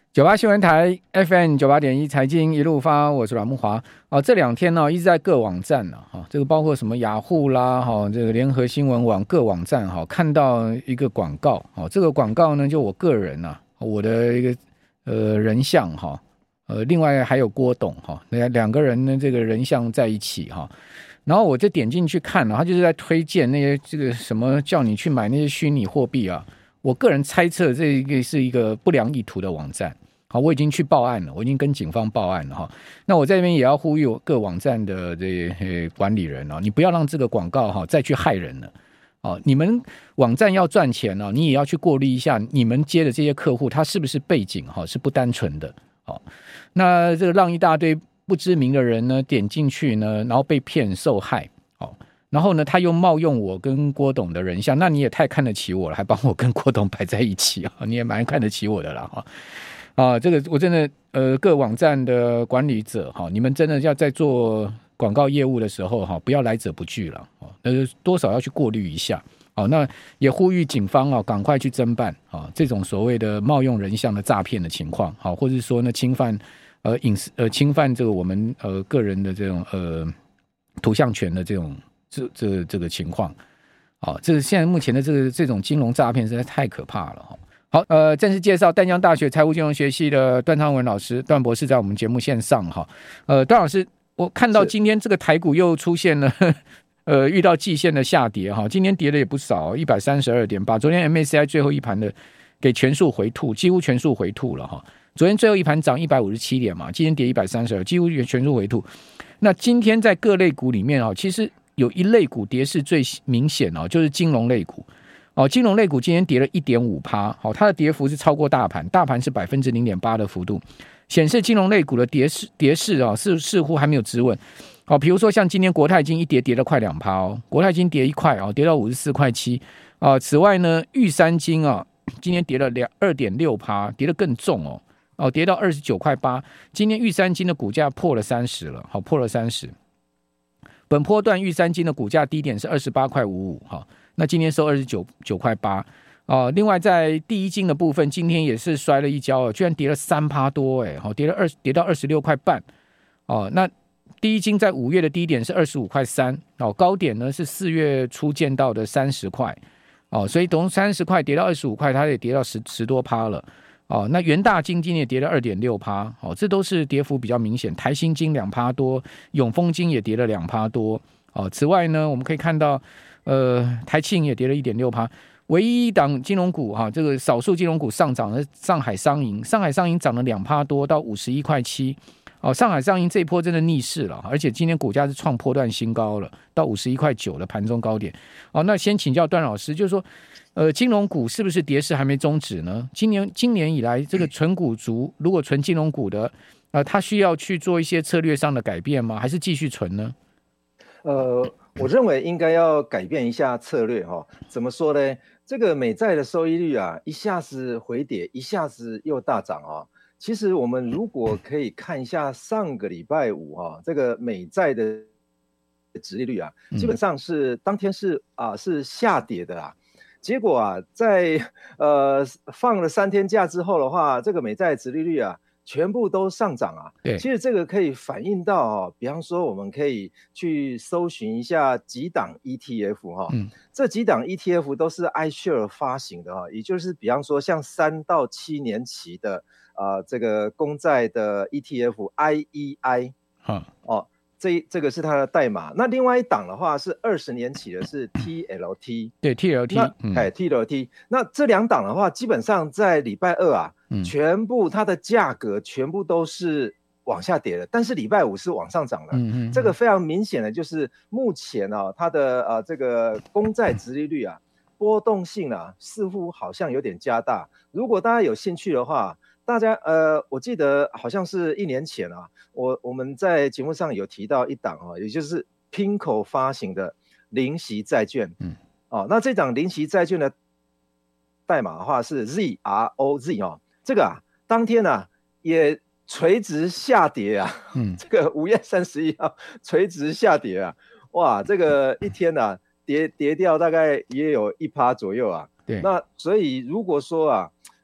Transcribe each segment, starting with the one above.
98新闻台 FM 98.1财经一路发，我是阮慕骅。这两天呢，一直在各网站这个包括什么雅虎啦，这个联合新闻网各网站看到一个广告，这个广告呢，就我个人我的一个人像另外还有郭董两个人呢，这个人像在一起然后我就点进去看他就是在推荐那些这个什么叫你去买那些虚拟货币我个人猜测这个是一个不良意图的网站。好，我已经去报案了，我已经跟警方报案了那我在这边也要呼吁各网站的管理人你不要让这个广告再去害人了你们网站要赚钱你也要去过滤一下你们接的这些客户他是不是背景是不单纯的那这个让一大堆不知名的人呢点进去呢，然后被骗受害然后呢，他又冒用我跟郭董的人像，那你也太看得起我了，还帮我跟郭董摆在一起你也蛮看得起我的啦这个我真的各网站的管理者你们真的要在做广告业务的时候不要来者不拒了多少要去过滤一下那也呼吁警方赶快去侦办这种所谓的冒用人像的诈骗的情况或者说呢侵犯隐私侵犯这个我们个人的这种图像权的这种这个情况这个现在目前的这种金融诈骗实在太可怕了好，正式介绍淡江大学财务金融学系的段昌文老师，段博士在我们节目线上段老师，我看到今天这个台股又出现了遇到季线的下跌今天跌的也不少，132点，把昨天 MSCI 最后一盘的给全数回吐，几乎全数回吐了昨天最后一盘涨157点嘛，今天跌132，几乎全数回吐。那今天在各类股里面其实有一类股跌势最明显就是金融类股。金融类股今天跌了 1.5%， 它的跌幅是超过大盘，大盘是 0.8% 的幅度，显示金融类股的跌势似乎还没有止稳。比如说像今天国泰金一跌了快 2%， 国泰金跌1块跌到54.7块。此外呢，玉山金今天跌了 2.6%， 跌得更重跌到29.8块。今天玉山金的股价破了30了，破了30。本波段玉山金的股价低点是28.55块，那今天收29.8块。另外在第一金的部分，今天也是摔了一跤，居然跌了3%多跌到26.5块。那第一金在5月的低点是25.3块，高点呢是4月初见到的30块所以从30块跌到25块，它也跌到10多%了那元大金今天也跌了 2.6%这都是跌幅比较明显。台新金 2% 多，永丰金也跌了 2% 多此外呢，我们可以看到台庆也跌了 1.6%。唯一一档金融股这个少数金融股上涨的上海商银涨了 2% 多到51.7块上海商银这一波真的逆势了，而且今天股价是创波段新高了，到51.9块的盘中高点那先请教段老师，就是说金融股是不是跌势还没终止呢？今年以来，这个纯股族如果纯金融股的他需要去做一些策略上的改变吗？还是继续存呢？ 我认为应该要改变一下策略怎么说呢？这个美债的收益率一下子回跌，一下子又大涨其实我们如果可以看一下上个礼拜五这个美债的殖利率基本上是当天是下跌的结果在放了3天假之后的话，这个美债殖利率全部都上涨对， 其实这个可以反映到比方说我们可以去搜寻一下几档 ETF 这几档 ETF 都是 iShares 发行的也就是比方说像3到7年期的这个公债的 ETF IEI 这个是它的代码。那另外一档的话是20年期的是 TLT 对 TLT TLT 那这两档的话基本上在礼拜二全部它的价格全部都是往下跌的，但是礼拜五是往上涨的这个非常明显的就是目前它的这个公债殖利率波动性似乎好像有点加大。如果大家有兴趣的话，大家我记得好像是1年前我们在节目上有提到一档也就是 PIMCO 发行的零息债券那这档零息债券的代码的话是 ZROZ 这个当天也垂直下跌这个5月31号垂直下跌哇，这个一天跌掉大概也有1%左右对， 那所以如果说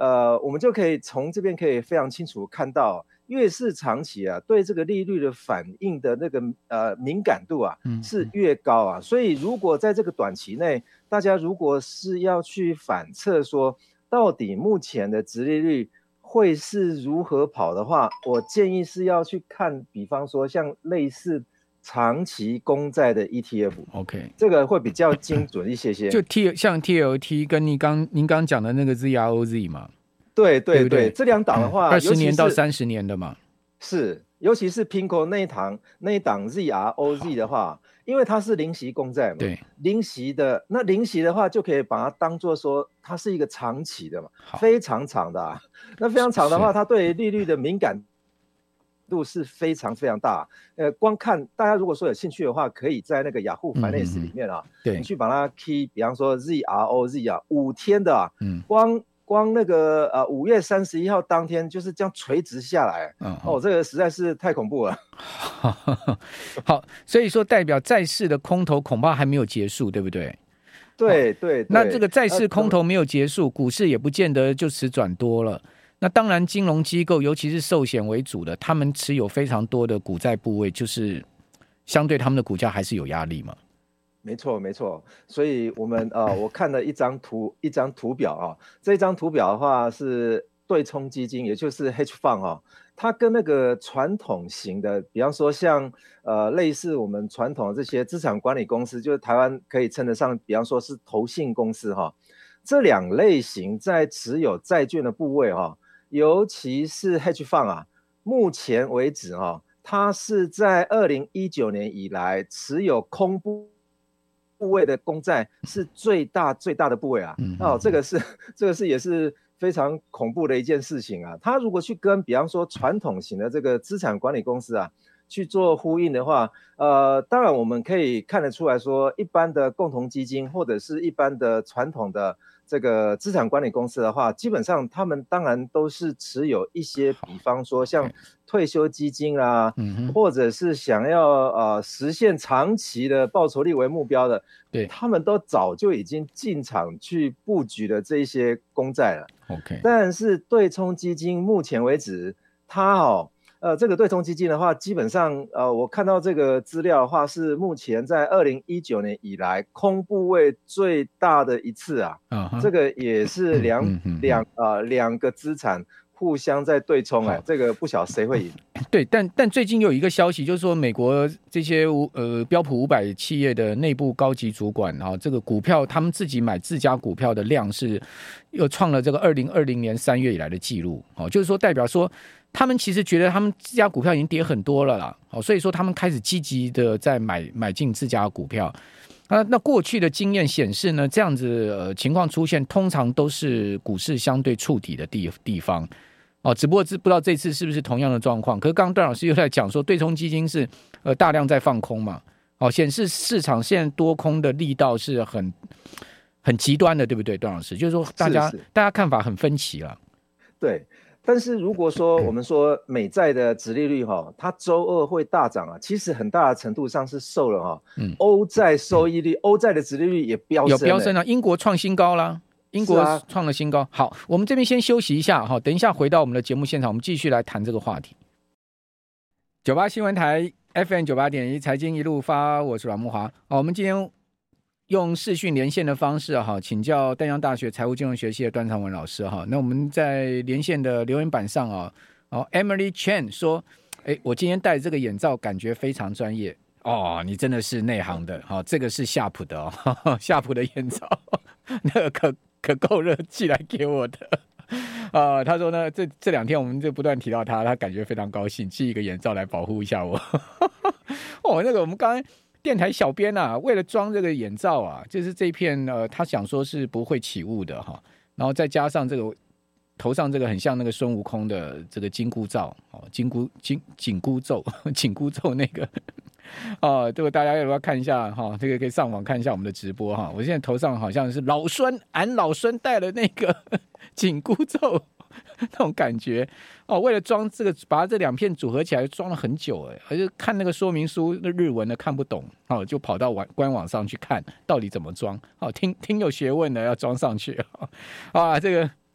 我们就可以从这边可以非常清楚看到，越是长期啊，对这个利率的反应的那个敏感度啊是越高啊。所以如果在这个短期内，大家如果是要去反测说，到底目前的殖利率会是如何跑的话，我建议是要去看，比方说像类似长期公债的 ETF，OK， 这个会比较精准一些些。 就像 TLT 跟您刚讲的那个 ZROZ 嘛， 对，这两档的话 ，20年到30年的嘛， 是，尤其是 PIMCO 那一档 ZROZ 的话，因为它是零息公债嘛， 对， 零息的话就可以把它当作说它是一个长期的嘛，非常长的啊。那非常长的话，它对利率的敏感度是非常非常大。光看大家如果说有兴趣的话，可以在那个雅虎 Finance 里面啊，你去把它 key， 比方说 ZROZ 啊，5天的啊，光那个5月31号当天就是这样垂直下来，这个实在是太恐怖了。 好，所以说代表债市的空头恐怕还没有结束，对不对？ 对。 那这个债市空头没有结束，股市也不见得就此转多了。那当然，金融机构尤其是寿险为主的，他们持有非常多的股债部位，就是相对他们的股价还是有压力嘛。 没错，所以我们我看了一张图表啊，这张图表的话是对冲基金，也就是 hedge fund 啊，它跟那个传统型的，比方说像类似我们传统的这些资产管理公司，就是台湾可以称得上，比方说是投信公司哈，这两类型在持有债券的部位哈，尤其是 hedge fund 啊，目前为止哈，它是在2019年以来持有空部位的公债是最大的部位啊，这个是也是非常恐怖的一件事情啊。他如果去跟比方说传统型的这个资产管理公司啊去做呼应的话，当然我们可以看得出来说，一般的共同基金或者是一般的传统的这个资产管理公司的话，基本上他们当然都是持有一些，比方说像退休基金啦，或者是想要实现长期的报酬率为目标的，对，他们都早就已经进场去布局的这些公债了。 OK， 但是对冲基金目前为止，它这个对冲基金的话，基本上我看到这个资料的话，是目前在2019年以来空部位最大的一次啊。这个也是两个资产互相在对冲这个不晓得谁会赢。 对，但最近有一个消息，就是说美国这些标普500企业的内部高级主管这个股票他们自己买自家股票的量是又创了这个2020年3月以来的记录，就是说代表说他们其实觉得他们自家股票已经跌很多了啦，所以说他们开始积极的在买进自家股票。那过去的经验显示呢，这样子情况出现，通常都是股市相对触底的地方。只不过不知道这次是不是同样的状况。可是刚刚段老师又在讲说，对冲基金是大量在放空嘛，显示市场现在多空的力道是很极端的，对不对，段老师？就是说大家看法很分歧了。 对。但是如果说我们说美债的殖利率它周二会大涨啊，其实很大的程度上是受了欧债收益率，欧债的殖利率也飙升， 有飙升啊，英国创新高啦，英国创了新高。好，我们这边先休息一下等一下回到我们的节目现场，我们继续来谈这个话题。98新闻台 FM 98.1财经一路发，我是阮慕华。我们今天用视讯连线的方式请教淡江大学财务金融学系的段昌文老师那我们在连线的留言板上Emily Chen 说，我今天戴这个眼罩感觉非常专业你真的是内行的这个是夏普的夏普的眼罩那个可够热寄来给我的他说呢，这2天我们就不断提到他感觉非常高兴，寄一个眼罩来保护一下我那个我们刚才电台小编为了装这个眼罩就是这一片他想说是不会起雾的然后再加上这个头上这个很像那个孙悟空的这个紧箍咒紧箍咒那个这个大家要不要看一下这个可以上网看一下我们的直播我现在头上好像是俺老孙戴了那个紧箍咒那种感觉为了装这个，把这2片组合起来装了很久而且看那个说明书那日文的看不懂就跑到官网上去看到底怎么装听有学问的要装上去这个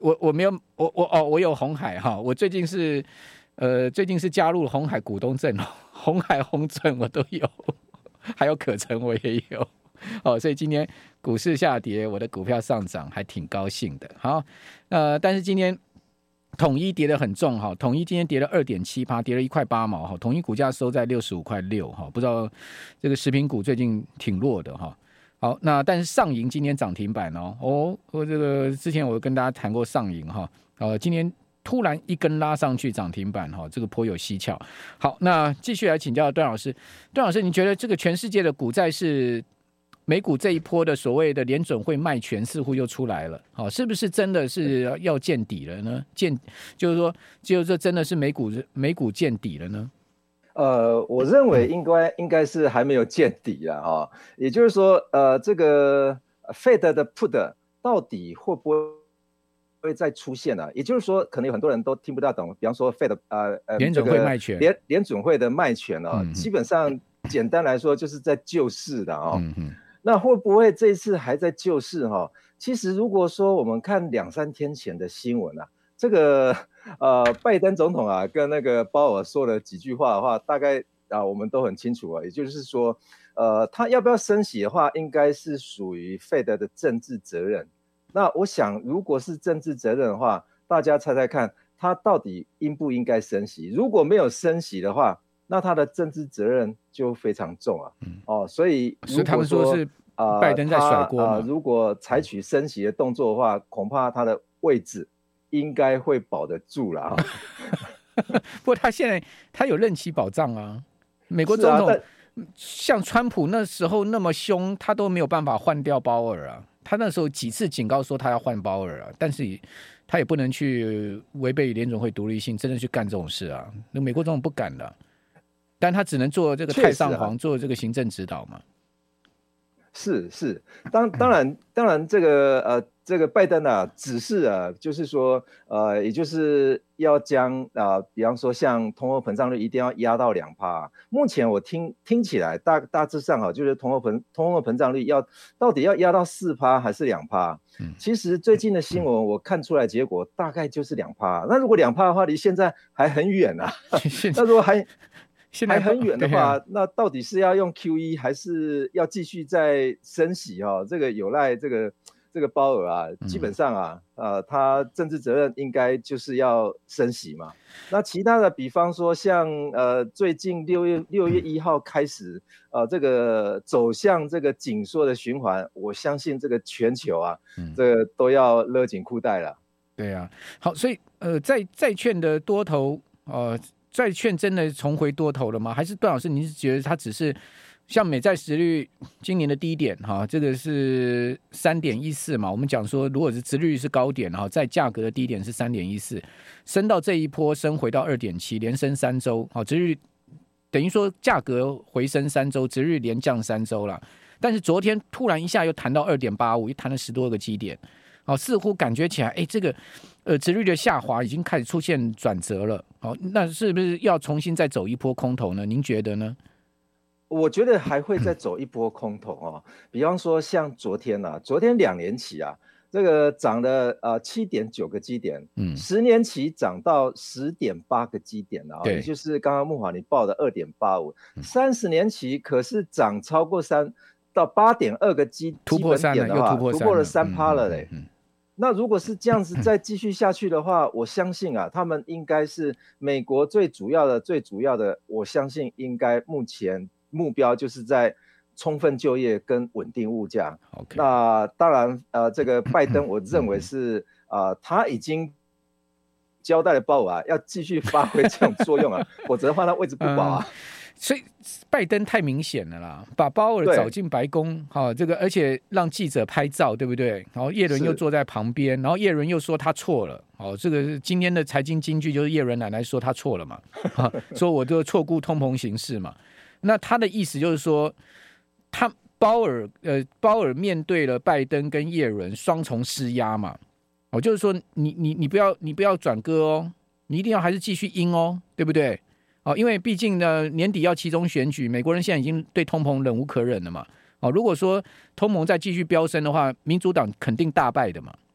我没有我有鸿海哈，我最近是加入鸿海股东证，鸿海鸿准我都有，还有可成我也有。所以今天股市下跌，我的股票上涨，还挺高兴的。好，但是今天统一跌得很重哈，统一今天跌了 2.7%， 跌了1块8毛哈，统一股价收在65块6哈，不知道这个食品股最近挺弱的哈。好，那但是上银今天涨停板我这个之前我跟大家谈过上银哈，今天突然一根拉上去涨停板哈，这个颇有蹊跷。好，那继续来请教段老师，段老师，你觉得这个全世界的股债是？美股这一波的所谓的联准会卖权似乎又出来了，是不是真的是要见底了呢？就是说真的是美股见底了呢？ 我认为应该是还没有见底了啊。也就是说，这个 Fed 的 Put 到底会不会再出现呢？也就是说，可能有很多人都听不大懂，比方说 Fed 联准会卖权， 联准会的卖权基本上简单来说就是在救市的那会不会这一次还在救市其实如果说我们看2-3天前的新闻这个拜登总统跟那个鲍尔说了几句话的话，大概我们都很清楚也就是说他要不要升息的话，应该是属于 Fed 的政治责任。那我想如果是政治责任的话，大家猜猜看他到底应不应该升息？如果没有升息的话，那他的政治责任就非常重所以他们说是拜登在甩锅嘛如果采取升息的动作的话，恐怕他的位置应该会保得住了不过他现在他有任期保障美国总统像川普那时候那么凶，他都没有办法换掉鲍尔他那时候几次警告说他要换鲍尔但是他也不能去违背联准会独立性，真的去干这种事那美国总统不敢的。但他只能做这个太上皇，做这个行政指导嘛。 是，当然这个拜登只是就是说也就是要将比方说像通货膨胀率一定要压到 2%。目前我听起来大致上就是通货膨胀率到底要压到 4% 还是 2%？其实最近的新闻我看出来结果大概就是 2%。那如果 2% 的话，离现在还很远那如果还很远的话，那到底是要用 QE 还是要继续再升息这个有赖这个鲍尔基本上他政治责任应该就是要升息嘛。那其他的比方说像最近6月1号开始这个走向这个紧缩的循环，我相信这个全球这个都要勒紧裤带了。 对好，所以债券的多头债券真的重回多头了吗？还是段老师你是觉得它只是像美债殖率今年的低点这个是 3.14 嘛？我们讲说如果是殖率是高点在价格的低点是 3.14， 升到这一波升回到 2.7， 连升3周殖率等于说价格回升3周，殖率连降3周了。但是昨天突然一下又弹到 2.85， 又弹了10多个基点似乎感觉起来这个殖率的下滑已经开始出现转折了那是不是要重新再走一波空头呢？您觉得呢？ 我觉得还会再走一波空头比方说像昨天2年期这个涨了7.9个基点，10年期涨到10.8个基点也就是刚刚慕骅你报的 2.85， 30年期可是涨超过到 8.2 个基本点的话，突破了 3% 了嘞。那如果是这样子再继续下去的话，我相信他们应该是美国最主要的，我相信应该目前目标就是在充分就业跟稳定物价。那当然这个拜登我认为是他已经交代了鲍尔要继续发挥这种作用否则的话他位置不保所以拜登太明显了啦，把鲍尔找进白宫这个而且让记者拍照，对不对？然后叶伦又坐在旁边，然后叶伦又说他错了这个今天的财经金句就是叶伦奶奶说他错了嘛说我就错估通膨形势嘛。那他的意思就是说鲍尔面对了拜登跟叶伦双重施压嘛就是说你不要转割你一定要还是继续阴对不对？因为毕竟呢年底要期中选举，美国人现在已经对通膨忍无可忍了嘛如果说通膨再继续飙升的话，民主党肯定大败的嘛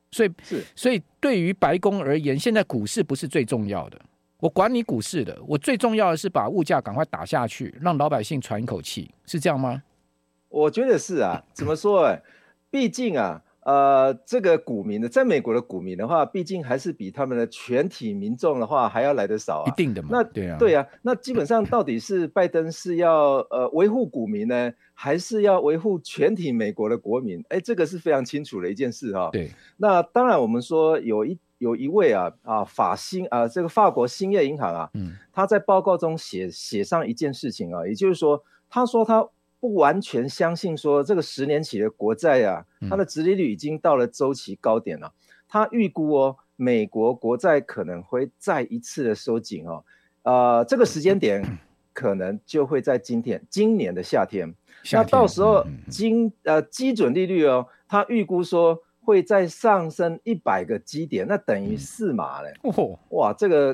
所以对于白宫而言，现在股市不是最重要的，我管你股市的，我最重要的是把物价赶快打下去，让老百姓喘一口气，是这样吗？ 我觉得是啊，怎么说？毕竟啊，这个股民的，在美国的股民的话，毕竟还是比他们的全体民众的话还要来得少啊。 一定的嘛。 那对啊， 那基本上到底是拜登是要维护股民呢，还是要维护全体美国的国民？这个是非常清楚的一件事哈。 对。 那当然，我们说有一位这个法国兴业银行啊，他在报告中写上一件事情啊，也就是说，他说他不完全相信说这个10年期的国债啊，它的殖利率已经到了周期高点了。他预估美国国债可能会再一次的收紧这个时间点可能就会在今年的夏天。那到时候基准利率他预估说会再上升100个基点，那等于4码嘞。哇，这个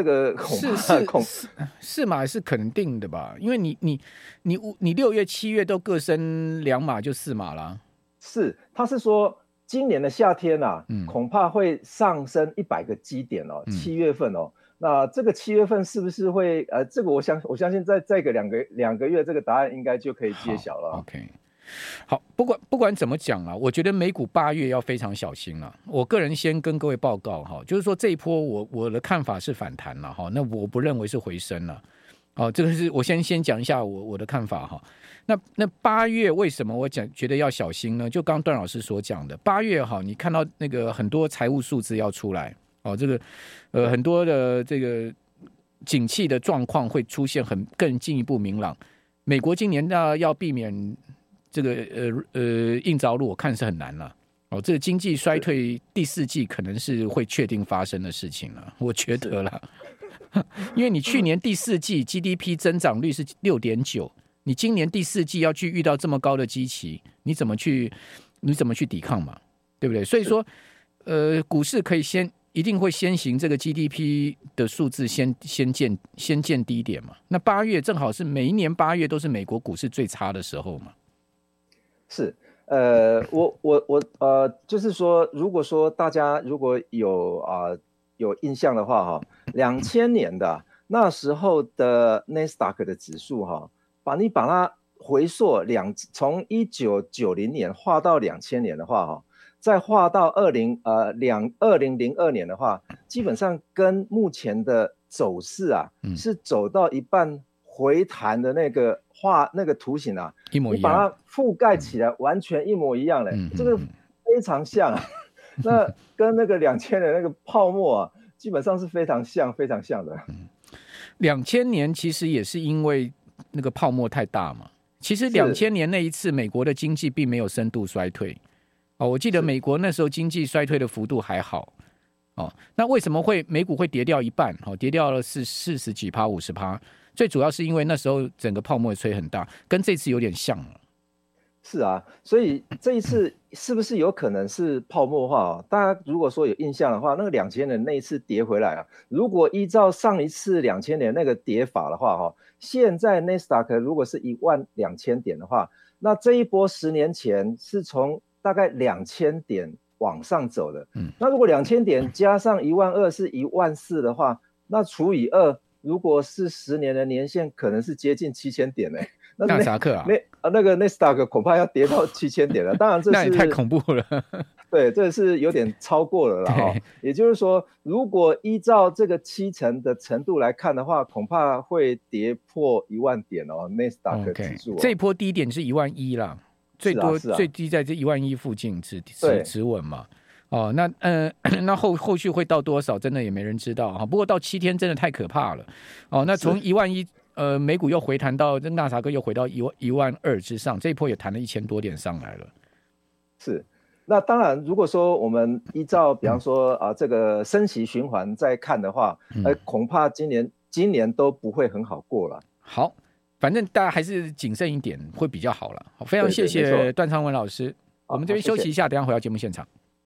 4码是肯定的吧？因为你6月、7月都各升2码，就4码啦。 是，他是说今年的夏天啊，恐怕会上升100个基点7月份那这个7月份是不是会这个我相信再个两个月，这个答案应该就可以揭晓了。 OK。好，不管怎么讲啊，我觉得美股8月要非常小心了。我个人先跟各位报告就是说这一波我的看法是反弹了那我不认为是回升了。这个是我先讲一下我的看法那8月为什么我觉得要小心呢？就刚段老师所讲的，8月你看到那个很多财务数字要出来这个很多的这个景气的状况会出现更进一步明朗。美国今年要避免这个硬着陆，我看是很难了这个经济衰退第4季可能是会确定发生的事情了，我觉得啦。因为你去年第4季 GDP 增长率是 6.9%， 你今年第4季要去遇到这么高的基期，你怎么去抵抗嘛？对不对？所以说股市可以一定会先行这个 GDP 的数字先见低点嘛。那8月正好是每一年8月都是美国股市最差的时候嘛。 是，就是说，如果说大家如果有印象的话2000年的那时候的 Nasdaq 的指数把它回溯从1990年画到2000年的话再画到2002年的话，基本上跟目前的走势是走到一半回弹的那个图形一模一样， 你把它覆盖起来完全一模一样的，这个非常像那跟那个2000年那个泡沫基本上是非常像的。 2000年其实也是因为那个泡沫太大嘛。其实2000年那一次美国的经济并没有深度衰退我记得美国那时候经济衰退的幅度还好那为什么美股会跌掉一半跌掉了40几%、50%？最主要是因为那时候整个泡沫吹很大，跟这次有点像了。 是啊，所以这一次是不是有可能是泡沫化大家如果说有印象的话，那个2000年那一次跌回来如果依照上一次2000年那个跌法的话现在 Nasdaq 如果是12000点的话，那这一波10年前是从大概2000点往上走的。那如果2000点加上12000是14000的话，那除以2，如果是10年的年限，可能是接近7000点纳斯达克那个 Nasdaq 恐怕要跌到7000点了。当然这是那也太恐怖了。 对，这是有点超过了啦也就是说，如果依照这个70%的程度来看的话，恐怕会跌破10000点Nasdaq 指数这一波低点是11000啦，最多最低在这11000附近止稳嘛。那后续会到多少，真的也没人知道不过到7天真的太可怕了那从11000美股又回弹到纳斯达克又回到12000之上，这一波也弹了1000多点上来了。 是，那当然，如果说我们依照比方说这个升息循环再看的话，恐怕今年都不会很好过了。 好，反正大家还是谨慎一点会比较好了。非常谢谢段昌文老师，我们这边休息一下，等一下回到节目现场。